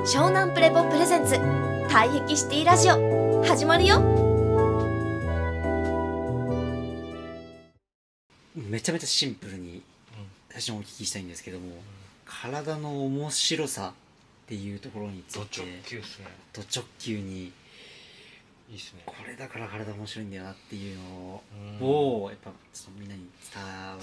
湘南プレポプレゼンツ退癖シティラジオ始まるよ。 めちゃめちゃシンプルに最初にお聞きしたいんですけども、体の面白さっていうところについてド直球ですね。 ド直球にいいっすね。 これだから体面白いんだよなっていうのをやっぱそのみんなに伝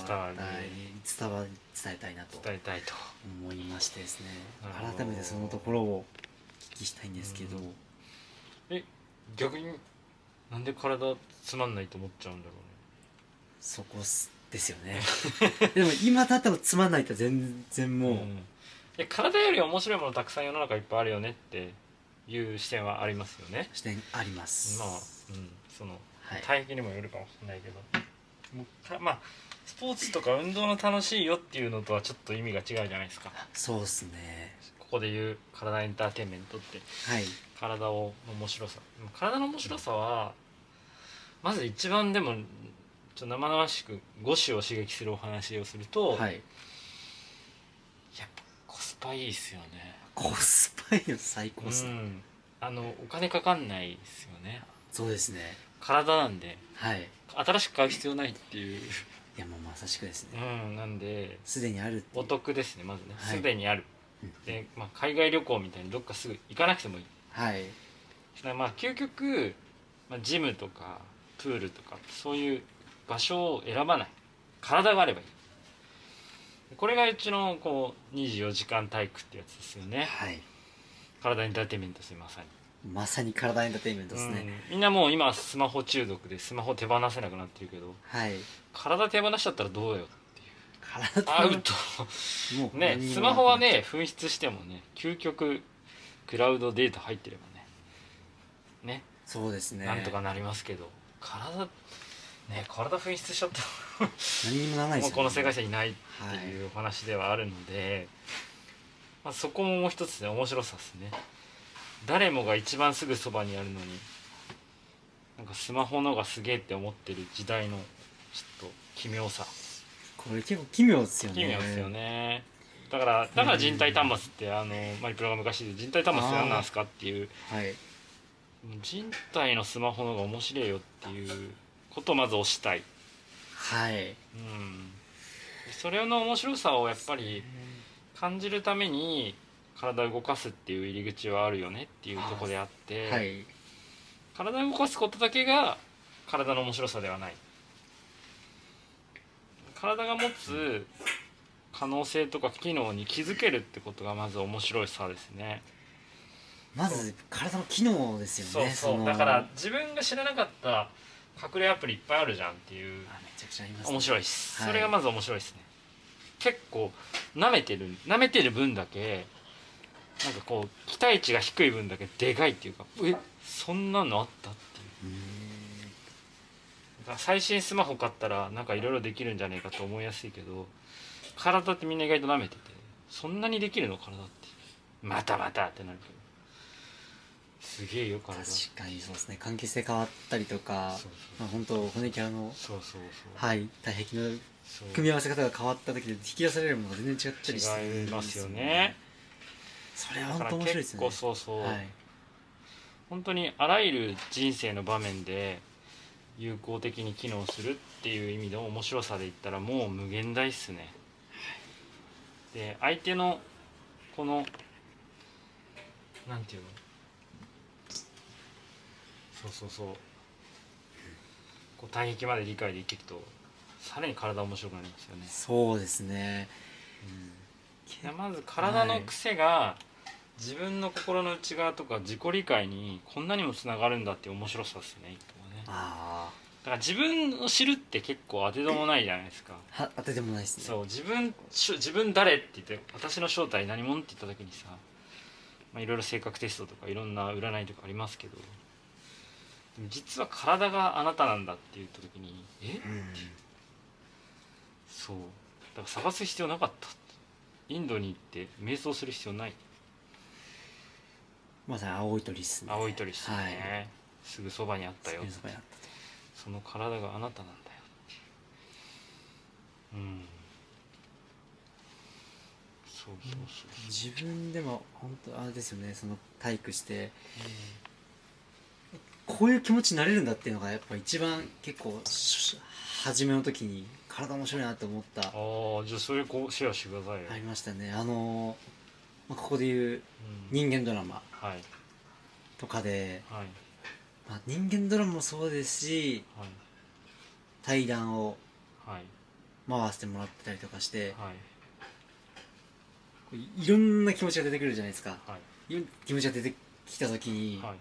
えたいなと伝えたいと思いましてですね、 なるほど改めてそのところをお聞きしたいんですけど、 逆になんで体つまんないと思っちゃうんだろうね。 そこですよねでも今だったらつまんないって全然もう、 体より面白いものたくさん世の中いっぱいあるよねっていう視点はありますよね。 視点あります。 そのはい、 体型にもよるかもしれないけど、まあスポーツとか運動の楽しいよっていうのとはちょっと意味が違うじゃないですか。 そうですね。 ここでいう体エンターテインメントって、 はい、 体の面白さはまず一番でも生々しく五指を刺激するお話をすると、 はい、 やっぱコスパいいっすよね。 コスパいいの最高っすね。 お金かかんないですよね。 そうですね。 体なんで、 はい、 新しく買う必要ないっていう。 いやもうまさしくですね。 なんですでにあるっていうお得ですね。まずね、 はい、 すでにある、で、海外旅行みたいにどっかすぐ行かなくてもいい。 はい。 究極、ジムとかプールとかそういう場所を選ばない。体があればいい。これがうちのこう24時間体育ってやつですよね。 はい。 体エンターテインメントです。 まさに体エンターテインメントですね。 みんなもう今スマホ中毒でスマホ手放せなくなってるけど、 はい。 体手放しちゃったらどうよっていう。 体アウトもうね、スマホはね紛失してもね、究極クラウドデータ入ってればね、 そうですね、 なんとかなりますけど、体紛失しちゃったら何にもならないですよね。 もうこの世界線いないっていうお話ではあるので、そこももう一つね、面白さですね。誰もが一番すぐそばにあるのに、なんかスマホのがすげえって思ってる時代のちょっと奇妙さ。 これ結構奇妙ですよね。 奇妙ですよね。だから人体端末ってマリプロが昔で人体端末って何なんですかっていう、 はい、 人体のスマホの方が面白いよっていうことをまず推したい。 はい、 それの面白さをやっぱり感じるために体を動かすっていう入り口はあるよねっていうところであって、 はい、 体を動かすことだけが体の面白さではない。体が持つ可能性とか機能に気づけるってことがまず面白いさですね。 まず体の機能ですよね。 そうだから自分が知らなかった隠れアプリいっぱいあるじゃんっていう。 めちゃくちゃありますね。 面白いです、 はい、 それがまず面白いですね。結構舐めてる分だけなんかこう期待値が低い分だけでかいっていうか、そんなのあったっていう。だから最新スマホ買ったらなんかいろいろできるんじゃねえかと思いやすいけど、体ってみんな意外と舐めてて、そんなにできるの体ってまたってなるけど、すげえよ体。 確かにそうですね。関係性変わったりとか、本当骨キャラのはい体壁の組み合わせ方が変わった時で引き出されるものが全然違ったりして違いますよね。 それは本当面白いですよね。 結構本当にあらゆる人生の場面で有効的に機能するっていう意味の面白さで言ったらもう無限大っすね。で、相手のこのなんていうの、こう体壁まで理解できるとさらに体面白くなりますよね。 そうですね。 まず体の癖が自分の心の内側とか自己理解にこんなにもつながるんだっていう面白さですね。だから自分を知るって結構当てどもないじゃないですか。 当てでもないですね。 そう、自分誰って言って、私の正体何者って言った時にさ、いろいろ性格テストとかいろんな占いとかありますけど、でも実は体があなたなんだって言った時にそうだから探す必要なかった。インドに行って瞑想する必要ない。 まさに青い鳥っすね。 青い鳥っすね、すぐそばにあったよ。その体があなたなんだよ。 そうそうそう自分でも本当あれですよね、その体育して、こういう気持ちになれるんだっていうのがやっぱ一番結構初めの時に体面白いなって思った。 ああ、じゃあそれこうシェアしてくださいよ。 ありましたね。ここでいう人間ドラマはいとかで、 はい、 人間ドラマもそうですし、 はい対談をはい回してもらってたりとかして、 はいいろんな気持ちが出てくるじゃないですか。 はい、 いろんな気持ちが出てきた時に、 はい、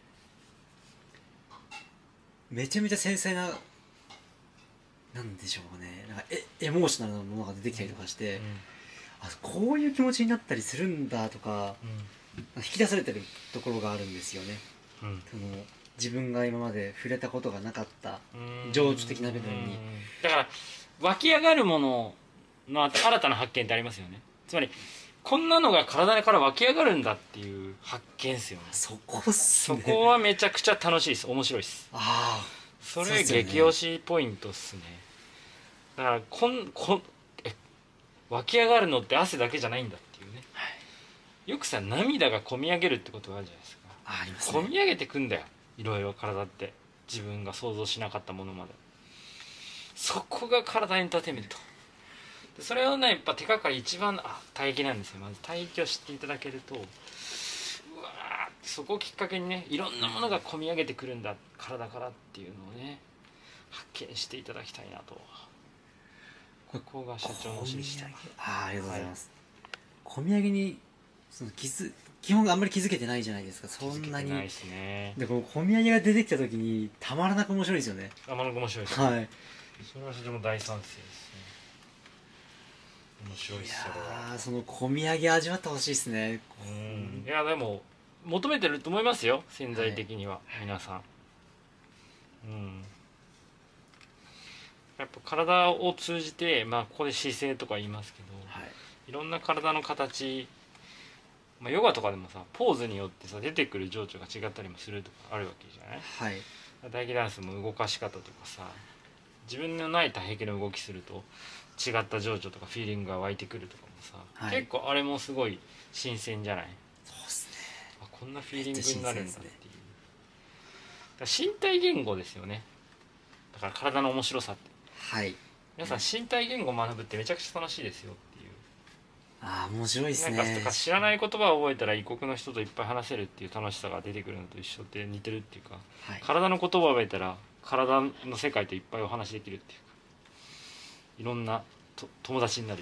めちゃめちゃ繊細な、なんでしょうね、なんかエモーショナルなものが出てきたりとかして、こういう気持ちになったりするんだとか、引き出されてるところがあるんですよね。その自分が今まで触れたことがなかった情緒的な部分に。 だから湧き上がるものの新たな発見ってありますよね。つまりこんなのが体から湧き上がるんだっていう発見ですよね。 そこっすね。 そこはめちゃくちゃ楽しいです。面白いです。 ああ、 それ激推しポイントっすね。だから湧き上がるのって汗だけじゃないんだっていうね、はい、よくさ涙がこみ上げるってことがあるじゃないですか。 ありますね。 こみ上げてくんだよ、いろいろ体って。自分が想像しなかったものまで。そこが体エンターテインメント。それをね、やっぱ手がかり一番体液なんですよ。まず体液を知っていただけると、うわー、そこをきっかけにね、いろんなものがこみ上げてくるんだ体からっていうのをね、発見していただきたいなと。ここが社長の指示した。 ありがとうございます。こみ上げに基本あんまり気づけてないじゃないですか。そんなに。ないですね。でこのこみ上げが出てきた時にたまらなく面白いですよね。 たまらなく面白いです。 はい。 それは社長も大賛成ですね。面白いっすよ。 いやそのこみ上げ味わってほしいですね。 いやでも求めてると思いますよ、潜在的には、はい、皆さん。やっぱ体を通じて、ここで姿勢とか言いますけど、はい、いろんな体の形、ヨガとかでもさ、ポーズによってさ出てくる情緒が違ったりもするとかあるわけじゃない。はい、大気ダンスも動かし方とかさ、自分のない体壁の動きすると違った情緒とかフィーリングが湧いてくるとかもさ、はい、結構あれもすごい新鮮じゃない。 そうっすね。 こんなフィーリングになるんだっていう。だから身体言語ですよね。だから体の面白さって。はい。皆さん身体言語を学ぶってめちゃくちゃ楽しいですよっていう。 面白いですね。 なんか知らない言葉を覚えたら異国の人といっぱい話せるっていう楽しさが出てくるのと一緒で似てるっていうか、はい、体の言葉を覚えたら体の世界といっぱいお話できるっていうか、いろんな友達になる、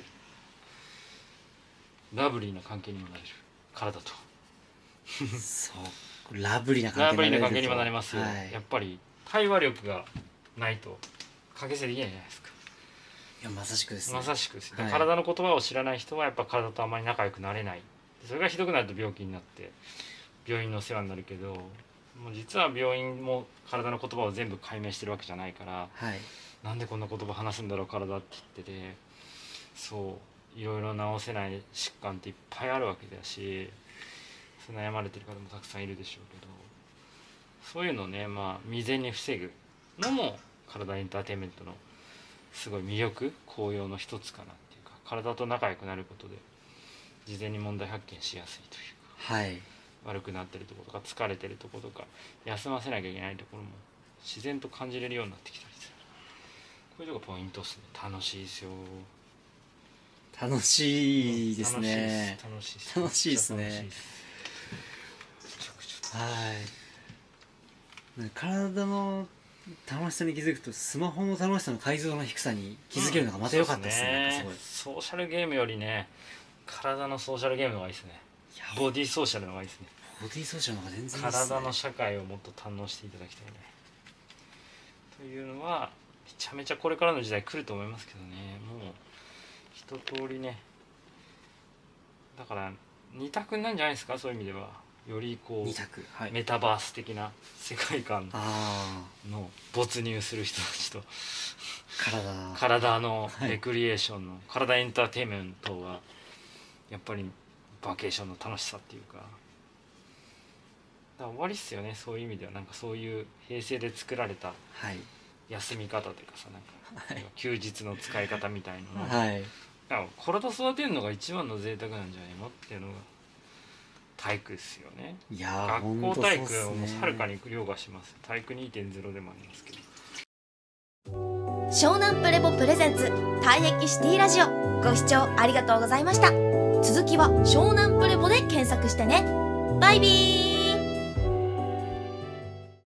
ラブリーな関係にもなれる体とそうラブリーな関係にもなれますよ、はい、やっぱり対話力がないと掛け捨てできないじゃないですか。 いやまさしくですね。 まさしくです、はい、体の言葉を知らない人はやっぱ体とあまり仲良くなれない。それがひどくなると病気になって病院の世話になるけど、もう実は病院も体の言葉を全部解明してるわけじゃないから、はい、なんでこんな言葉話すんだろう体って言ってて、そういろいろ治せない疾患っていっぱいあるわけだし、悩まれてる方もたくさんいるでしょうけど、そういうのをね、未然に防ぐのも体エンターテインメントのすごい魅力、効用の一つかなっていうか、体と仲良くなることで事前に問題発見しやすいというか、はい、悪くなってるところとか疲れてるところとか休ませなきゃいけないところも自然と感じれるようになってきたりする。こういうとこポイントですね。楽しいですよ。 楽しいですね。 楽しいですね。はい。体の楽しさに気づくと、スマホの楽しさの解像度の低さに気づけるのがまた良かったですね。 ソーシャルゲームよりね、体のソーシャルゲームの方がいいですね。ボディソーシャルの方がいいですね。 ボディソーシャルの方が全然いいですね。 体の社会をもっと堪能していただきたいね。というのはめちゃめちゃこれからの時代来ると思いますけどね。もう一通りね。だから二択なんじゃないですか、そういう意味では。よりこう、はい、メタバース的な世界観の没入する人たちと体のレクリエーションの、体エンターテインメントはやっぱりバケーションの楽しさっていうか、だから終わりっすよね。そういう意味ではなんかそういう平成で作られた休み方というかさ、なんか休日の使い方みたいなのを体育てるのが一番の贅沢なんじゃないのっていうのが体育ですよね。 いや学校体育はもうはるかに凌駕します。体育 2.0 でもありますけど。 湘南プレボプレゼンツ退役シティラジオ、ご視聴ありがとうございました。続きは湘南プレボで検索してね。バイビー。